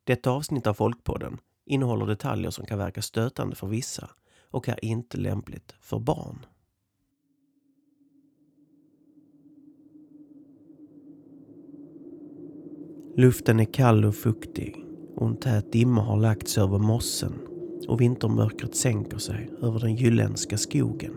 Detta avsnitt av Folkpodden innehåller detaljer som kan verka stötande för vissa och är inte lämpligt för barn. Luften är kall och fuktig och en tät dimma har lagts över mossen och vintermörkret sänker sig över den jylländska skogen.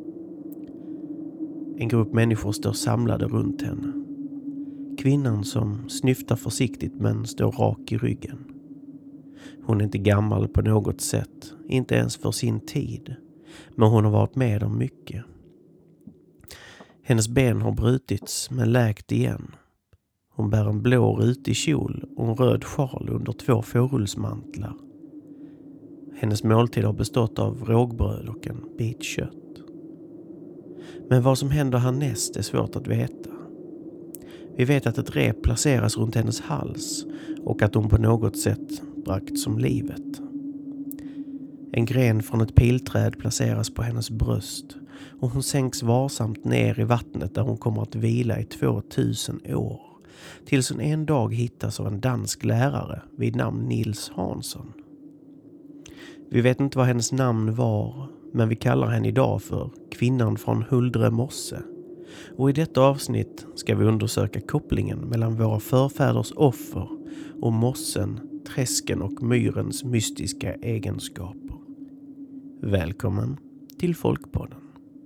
En grupp människor står samlade runt henne. Kvinnan som snyftar försiktigt men står rak i ryggen. Hon är inte gammal på något sätt, inte ens för sin tid, men hon har varit med om mycket. Hennes ben har brutits men läkt igen. Hon bär en blå rutig kjol och en röd sjal under 2 fårullsmantlar. Hennes måltid har bestått av rågbröd och en bit kött. Men vad som händer härnäst är svårt att veta. Vi vet att ett rep placeras runt hennes hals och att hon på något sätt bragts om livet. En gren från ett pilträd placeras på hennes bröst och hon sänks varsamt ner i vattnet där hon kommer att vila i 2000 år. Tills hon en dag hittas av en dansk lärare vid namn Nils Hansson. Vi vet inte vad hennes namn var, men vi kallar henne idag för kvinnan från Huldre mosse. Och i detta avsnitt ska vi undersöka kopplingen mellan våra förfäders offer och mossen, träsken och myrens mystiska egenskaper. Välkommen till Folkpodden.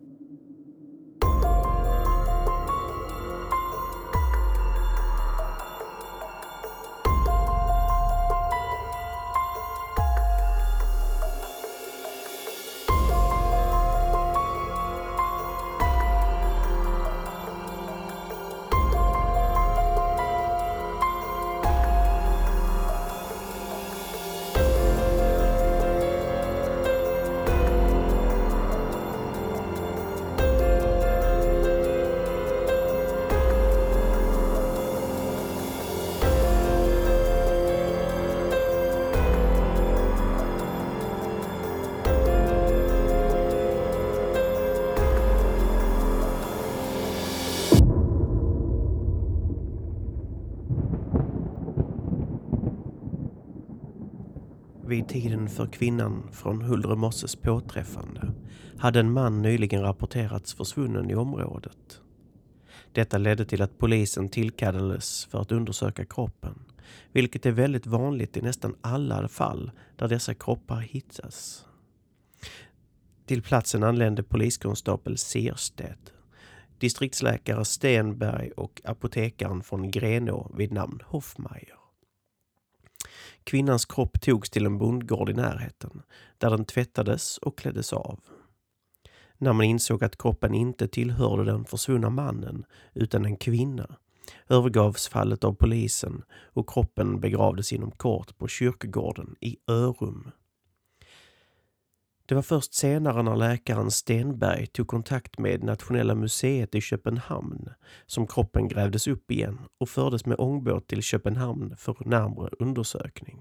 Vid tiden för kvinnan från Huldre mosses påträffande hade en man nyligen rapporterats försvunnen i området. Detta ledde till att polisen tillkallades för att undersöka kroppen, vilket är väldigt vanligt i nästan alla fall där dessa kroppar hittas. Till platsen anlände poliskonstapel Sersted, distriktsläkare Stenberg och apotekaren från Grenå vid namn Hoffmeier. Kvinnans kropp togs till en bondgård i närheten, där den tvättades och kläddes av. När man insåg att kroppen inte tillhörde den försvunna mannen utan en kvinna, övergavs fallet av polisen och kroppen begravdes inom kort på kyrkogården i Örum. Det var först senare när läkaren Stenberg tog kontakt med Nationella museet i Köpenhamn som kroppen grävdes upp igen och fördes med ångbåt till Köpenhamn för närmare undersökning.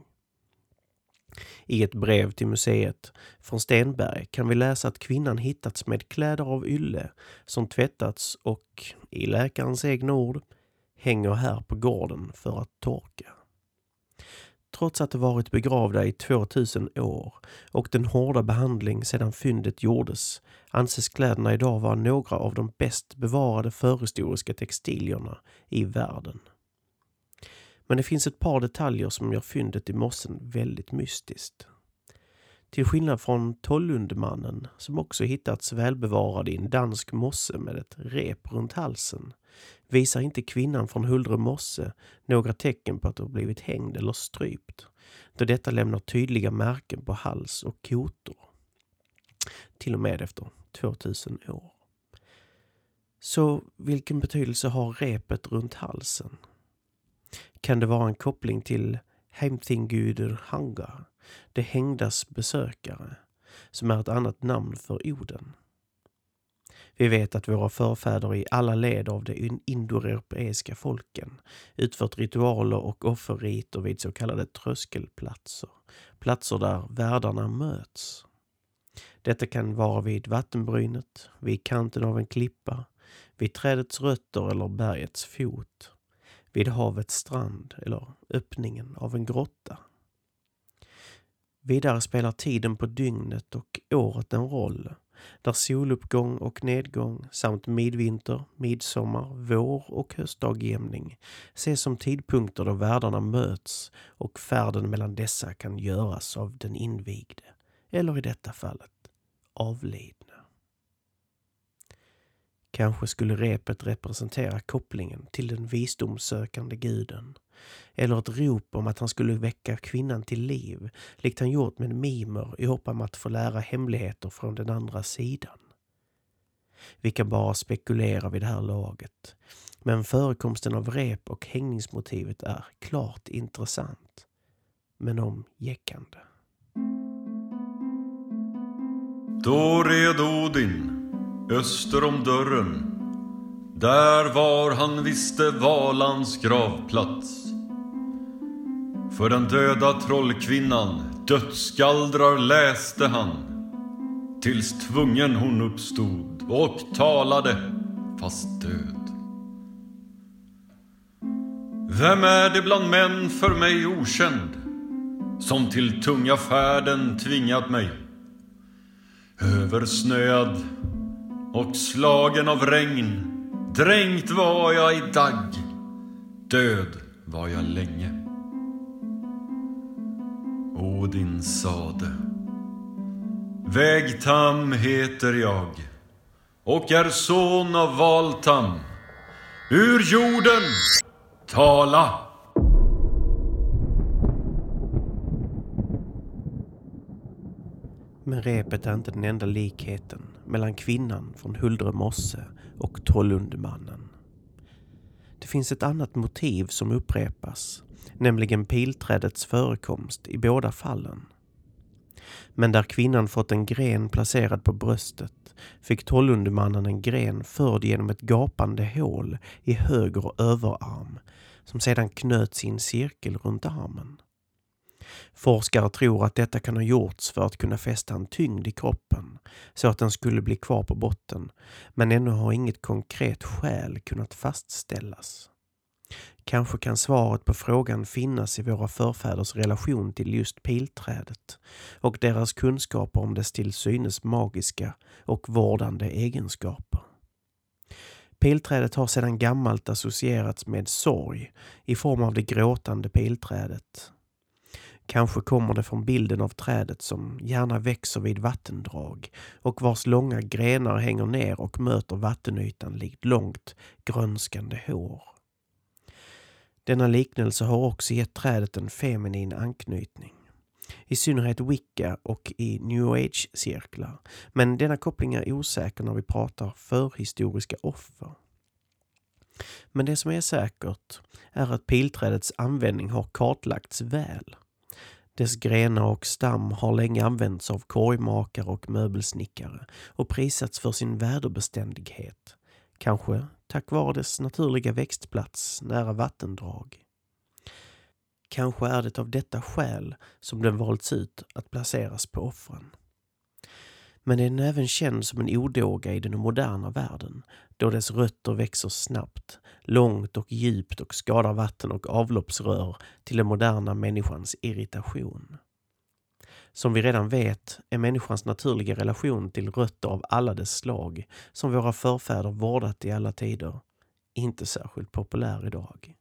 I ett brev till museet från Stenberg kan vi läsa att kvinnan hittats med kläder av ylle som tvättats och, i läkarens egna ord, hänger här på gården för att torka. Trots att de varit begravda i 2000 år och den hårda behandling sedan fyndet gjordes anses kläderna idag vara några av de bäst bevarade förhistoriska textilierna i världen. Men det finns ett par detaljer som gör fyndet i mossen väldigt mystiskt. Till skillnad från Tollundmannen, som också hittats välbevarad i en dansk mosse med ett rep runt halsen, visar inte kvinnan från Huldre mosse några tecken på att ha blivit hängd eller strypt, då detta lämnar tydliga märken på hals och kotor. Till och med efter 2000 år. Så vilken betydelse har repet runt halsen? Kan det vara en koppling till Heimtinguder Hangar, det hängdas besökare, som är ett annat namn för Oden? Vi vet att våra förfäder i alla led av de indoeuropeiska folken utfört ritualer och offerriter vid så kallade tröskelplatser, platser där världarna möts. Detta kan vara vid vattenbrynet, vid kanten av en klippa, vid trädets rötter eller bergets fot, vid havets strand eller öppningen av en grotta. Vidare spelar tiden på dygnet och året en roll, där soluppgång och nedgång samt midvinter, midsommar, vår och höstdagjämning ses som tidpunkter då världarna möts och färden mellan dessa kan göras av den invigde, eller i detta fallet avlidne. Kanske skulle repet representera kopplingen till den visdomssökande guden, eller ett rop om att han skulle väcka kvinnan till liv, likt han gjort med mimer i hopp om att få lära hemligheter från den andra sidan. Vi kan bara spekulera vid det här laget, men förekomsten av rep och hängningsmotivet är klart intressant, men omgäckande. Då red Odin öster om dörren, där var han visste Valans gravplats. För den döda trollkvinnan dödsskaldrar läste han, tills tvungen hon uppstod och talade fast död. Vem är det bland män för mig okänd, som till tunga färden tvingat mig? Översnöad och slagen av regn, dränkt var jag i dagg, död var jag länge. Odin sade: Vägtam heter jag och är son av Valtam. Ur jorden, tala! Men repet är inte den enda likheten mellan kvinnan från Huldre mosse och Trollundemannen. Det finns ett annat motiv som upprepas, nämligen pilträdets förekomst i båda fallen. Men där kvinnan fått en gren placerad på bröstet fick Trollundemannen en gren förd genom ett gapande hål i höger överarm som sedan knöts i en cirkel runt armen. Forskare tror att detta kan ha gjorts för att kunna fästa en tyngd i kroppen så att den skulle bli kvar på botten, men ännu har inget konkret skäl kunnat fastställas. Kanske kan svaret på frågan finnas i våra förfäders relation till just pilträdet och deras kunskaper om dess till synes magiska och vårdande egenskaper. Pilträdet har sedan gammalt associerats med sorg i form av det gråtande pilträdet. Kanske kommer det från bilden av trädet som gärna växer vid vattendrag och vars långa grenar hänger ner och möter vattenytan likt långt grönskande hår. Denna liknelse har också gett trädet en feminin anknytning, i synnerhet Wicca och i New Age-cirklar, men denna koppling är osäker när vi pratar förhistoriska offer. Men det som är säkert är att pilträdets användning har kartlagts väl. Dess grenar och stam har länge använts av korgmakare och möbelsnickare och prisats för sin väderbeständighet, kanske tack vare dess naturliga växtplats nära vattendrag. Kanske är det av detta skäl som den valts ut att placeras på offren. Men den är även känd som en odåga i den moderna världen, då dess rötter växer snabbt, långt och djupt och skadar vatten och avloppsrör till den moderna människans irritation. Som vi redan vet är människans naturliga relation till rötter av alla dess slag, som våra förfäder vårdat i alla tider, inte särskilt populär idag.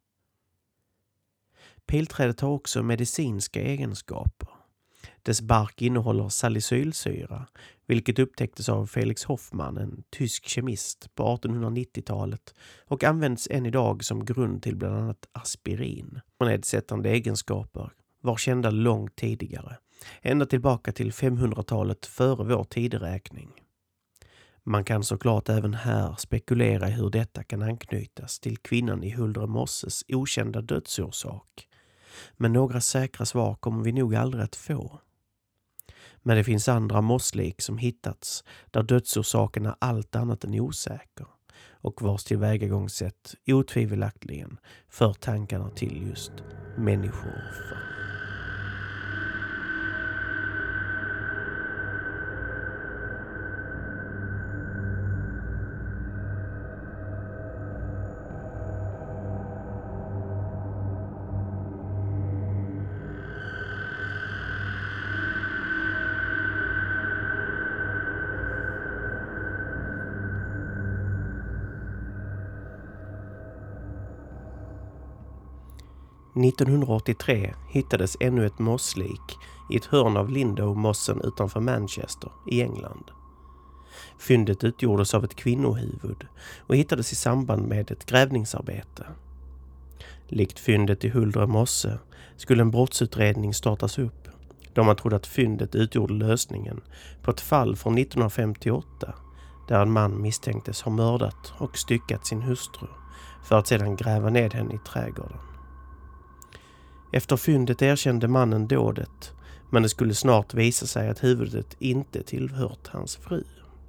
Pilträdet har också medicinska egenskaper. Dess bark innehåller salicylsyra, vilket upptäcktes av Felix Hoffmann, en tysk kemist på 1890-talet och används än idag som grund till bland annat aspirin. Nedsättande egenskaper var kända långt tidigare, ända tillbaka till 500-talet före vår tideräkning. Man kan såklart även här spekulera i hur detta kan anknytas till kvinnan i Huldre mosses okända dödsorsak. Men några säkra svar kommer vi nog aldrig att få. Men det finns andra mosslik som hittats där dödsorsaken är allt annat än osäker och vars tillvägagångssätt otvivelaktigen för tankarna till just människooffer. 1983 hittades ännu ett mosslik i ett hörn av Lindow-mossen utanför Manchester i England. Fyndet utgjordes av ett kvinnohuvud och hittades i samband med ett grävningsarbete. Likt fyndet i Huldre mosse skulle en brottsutredning startas upp, då man trodde att fyndet utgjorde lösningen på ett fall från 1958 där en man misstänktes ha mördat och styckat sin hustru för att sedan gräva ned henne i trädgården. Efter fyndet erkände mannen dådet, men det skulle snart visa sig att huvudet inte tillhört hans fru.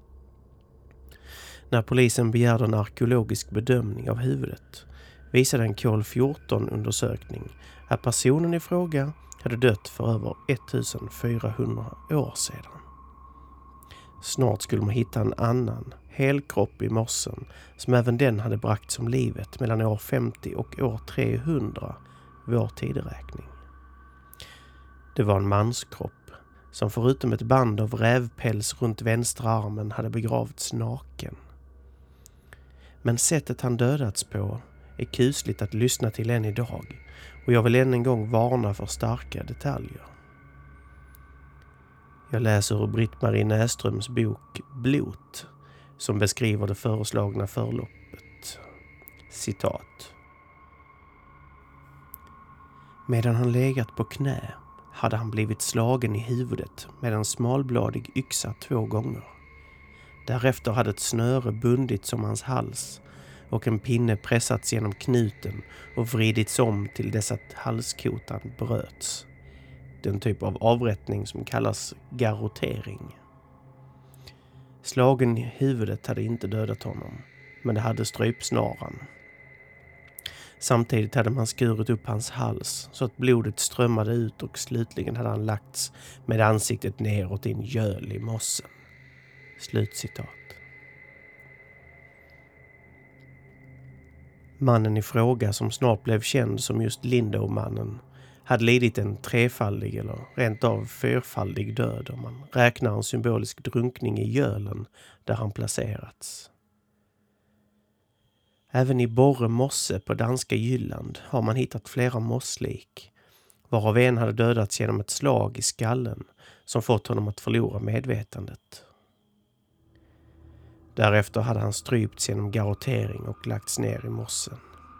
När polisen begärde en arkeologisk bedömning av huvudet visade en kol 14-undersökning att personen i fråga hade dött för över 1400 år sedan. Snart skulle man hitta en annan, hel kropp i mossen som även den hade bragts om livet mellan år 50 och år 300 vår tideräkning. Det var en manskropp som förutom ett band av rävpäls runt vänstra armen hade begravts naken. Men sättet han dödats på är kusligt att lyssna till än idag, och jag vill än en gång varna för starka detaljer. Jag läser ur Britt-Marie Näströms bok Blot, som beskriver det föreslagna förloppet. Citat. Medan han legat på knä hade han blivit slagen i huvudet med en smalbladig yxa 2 gånger. Därefter hade ett snöre bundits om hans hals och en pinne pressats genom knuten och vridits om till dess att halskotan bröts. Den typ av avrättning som kallas garrotering. Slagen i huvudet hade inte dödat honom, men det hade strypsnaran. Samtidigt hade man skurit upp hans hals så att blodet strömmade ut och slutligen hade han lagts med ansiktet neråt i en göl i mossen. Slutcitat. Mannen i fråga, som snart blev känd som just Lindow-mannen, hade lidit en 3-faldig eller rent av 4-faldig död om man räknar en symbolisk drunkning i gölen där han placerats. Även i Borre mosse på danska Jylland har man hittat flera mosslik, varav en hade dödats genom ett slag i skallen som fått honom att förlora medvetandet. Därefter hade han strypts genom garrotering och lagts ner i mossen.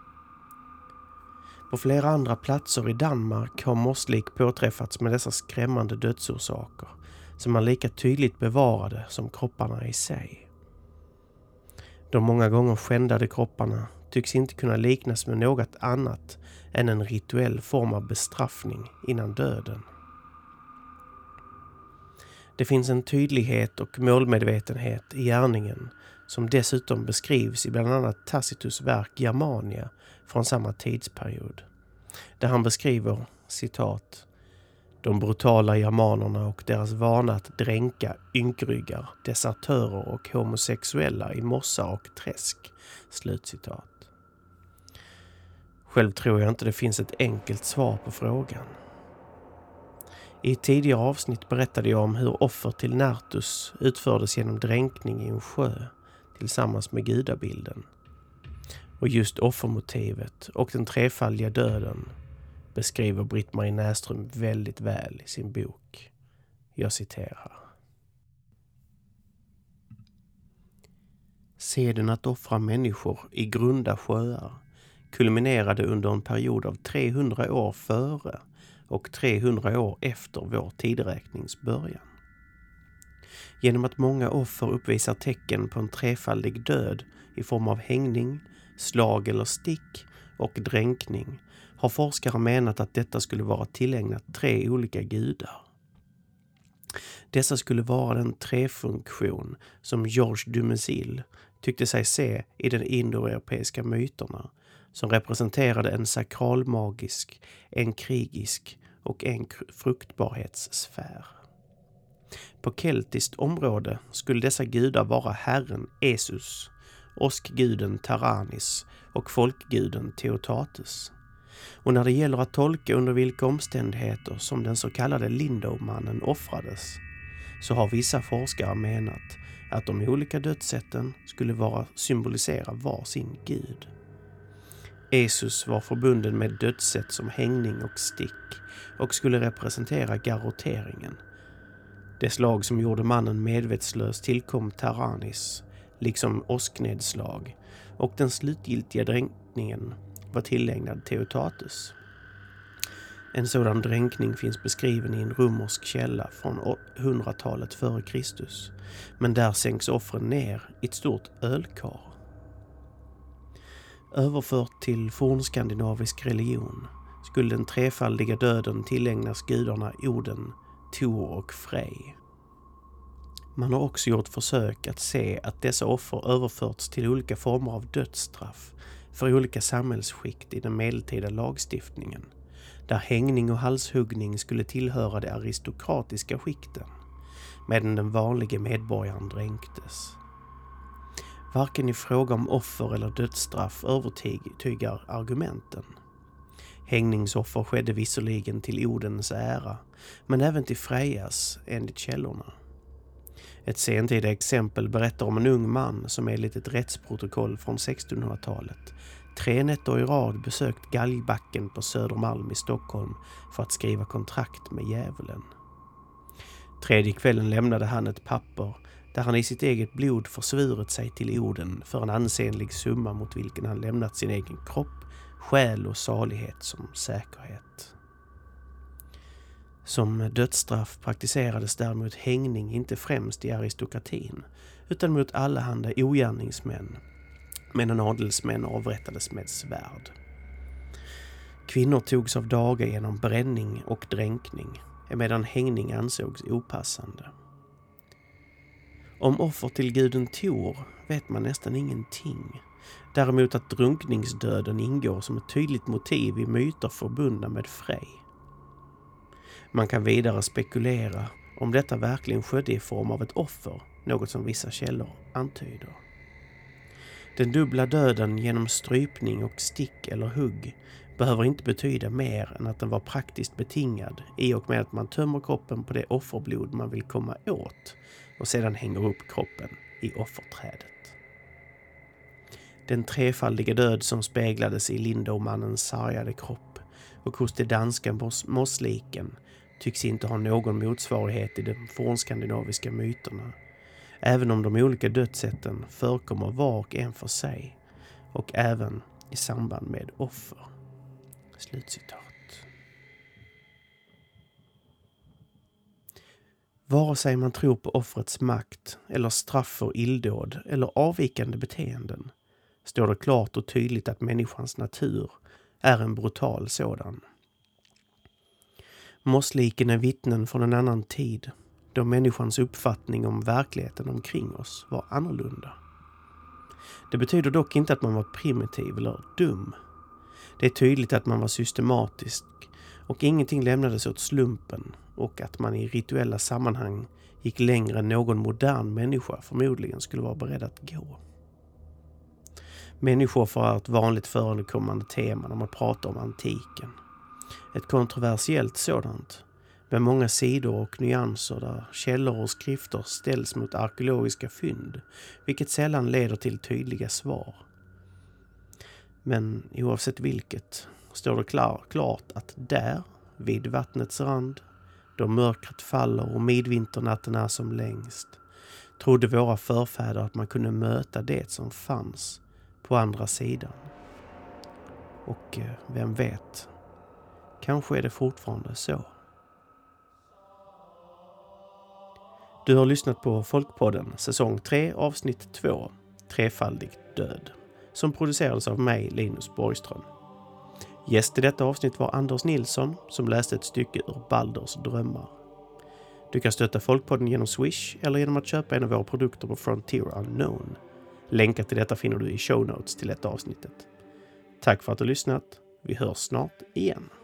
På flera andra platser i Danmark har mosslik påträffats med dessa skrämmande dödsorsaker, som är lika tydligt bevarade som kropparna i sig. De många gånger skändade kropparna tycks inte kunna liknas med något annat än en rituell form av bestraffning innan döden. Det finns en tydlighet och målmedvetenhet i gärningen som dessutom beskrivs i bland annat Tacitus verk Germania från samma tidsperiod, där han beskriver, citat, de brutala germanerna och deras vana att dränka ynkryggar, desertörer och homosexuella i mossar och träsk. Slutcitat. Själv tror jag inte det finns ett enkelt svar på frågan. I ett tidigare avsnitt berättade jag om hur offer till Nertus utfördes genom dränkning i en sjö tillsammans med gudabilden. Och just offermotivet och den 3-faldiga döden beskriver Britt-Marie Näström väldigt väl i sin bok. Jag citerar. Seden att offra människor i grunda sjöar kulminerade under en period av 300 år före och 300 år efter vår tideräknings början. Genom att många offer uppvisar tecken på en 3-faldig död i form av hängning, slag eller stick och dränkning har forskare menat att detta skulle vara tillägnat 3 olika gudar. Dessa skulle vara den trefunktion som Georges Dumézil tyckte sig se i de indoeuropeiska myterna, som representerade en sakralmagisk, en krigisk och en fruktbarhetssfär. På keltiskt område skulle dessa gudar vara herren Esus, åskguden Taranis och folkguden Teotatus. Och när det gäller att tolka under vilka omständigheter som den så kallade Lindow-mannen offrades, så har vissa forskare menat att de olika dödssätten skulle symbolisera var sin gud. Jesus var förbunden med dödssätt som hängning och stick och skulle representera garrotteringen. Det slag som gjorde mannen medvetslös tillkom Taranis, liksom åsknedslag, och den slutgiltiga dränkningen var tillägnad Theotatus. En sådan dränkning finns beskriven i en romersk källa från 100-talet före Kristus, men där sänks offren ner i ett stort ölkar. Överfört till fornskandinavisk religion skulle den trefaldiga döden tillägnas gudarna Oden, Tor och Frej. Man har också gjort försök att se att dessa offer överförts till olika former av dödsstraff för olika samhällsskikt i den medeltida lagstiftningen, där hängning och halshuggning skulle tillhöra de aristokratiska skikten, medan den vanliga medborgaren dränktes. Varken i fråga om offer eller dödsstraff övertygar argumenten. Hängningsoffer skedde visserligen till Odens ära, men även till Frejas enligt källorna. Ett sentida exempel berättar om en ung man som enligt ett rättsprotokoll från 1600-talet 3 nätter i rad besökt Galgbacken på Södermalm i Stockholm för att skriva kontrakt med djävulen. Tredje kvällen lämnade han ett papper där han i sitt eget blod försvurit sig till Oden för en ansenlig summa mot vilken han lämnat sin egen kropp, själ och salighet som säkerhet. Som dödsstraff praktiserades däremot hängning inte främst i aristokratin utan mot allehanda ogärningsmän, medan adelsmän avrättades med svärd. Kvinnor togs av daga genom bränning och dränkning, medan hängning ansågs opassande. Om offer till guden Tor vet man nästan ingenting. Däremot att drunkningsdöden ingår som ett tydligt motiv i myter förbundna med Frej. Man kan vidare spekulera om detta verkligen skedde i form av ett offer, något som vissa källor antyder. Den dubbla döden genom strypning och stick eller hugg behöver inte betyda mer än att den var praktiskt betingad i och med att man tömmer kroppen på det offerblod man vill komma åt och sedan hänger upp kroppen i offerträdet. Den trefaldiga död som speglades i Lindåmannens sargade kropp och hos de danska mossliken tycks inte ha någon motsvarighet i de fornskandinaviska myterna, även om de olika dödssätten förekommer var och en för sig och även i samband med offer. Slutcitat. Vare sig man tror på offrets makt eller straff för illdåd eller avvikande beteenden står det klart och tydligt att människans natur är en brutal sådan. Mossliken är vittnen från en annan tid, då människans uppfattning om verkligheten omkring oss var annorlunda. Det betyder dock inte att man var primitiv eller dum. Det är tydligt att man var systematisk och ingenting lämnades åt slumpen och att man i rituella sammanhang gick längre än någon modern människa förmodligen skulle vara beredd att gå. Människooffer är ett vanligt förekommande tema när man pratar om antiken. Ett kontroversiellt sådant, med många sidor och nyanser där källor och skrifter ställs mot arkeologiska fynd, vilket sällan leder till tydliga svar. Men oavsett vilket står det klart att där, vid vattnets rand, då mörkret faller och midvinternatten är som längst, trodde våra förfäder att man kunde möta det som fanns på andra sidan. Och vem vet, kanske är det fortfarande så. Du har lyssnat på Folkpodden, säsong 3, avsnitt 2, Trefaldig död, som producerades av mig, Linus Borgström. Gäst i detta avsnitt var Anders Nilsson, som läste ett stycke ur Balders drömmar. Du kan stötta Folkpodden genom Swish eller genom att köpa en av våra produkter på Frontier Unknown. Länkar till detta finner du i show notes till detta avsnittet. Tack för att du lyssnat. Vi hörs snart igen.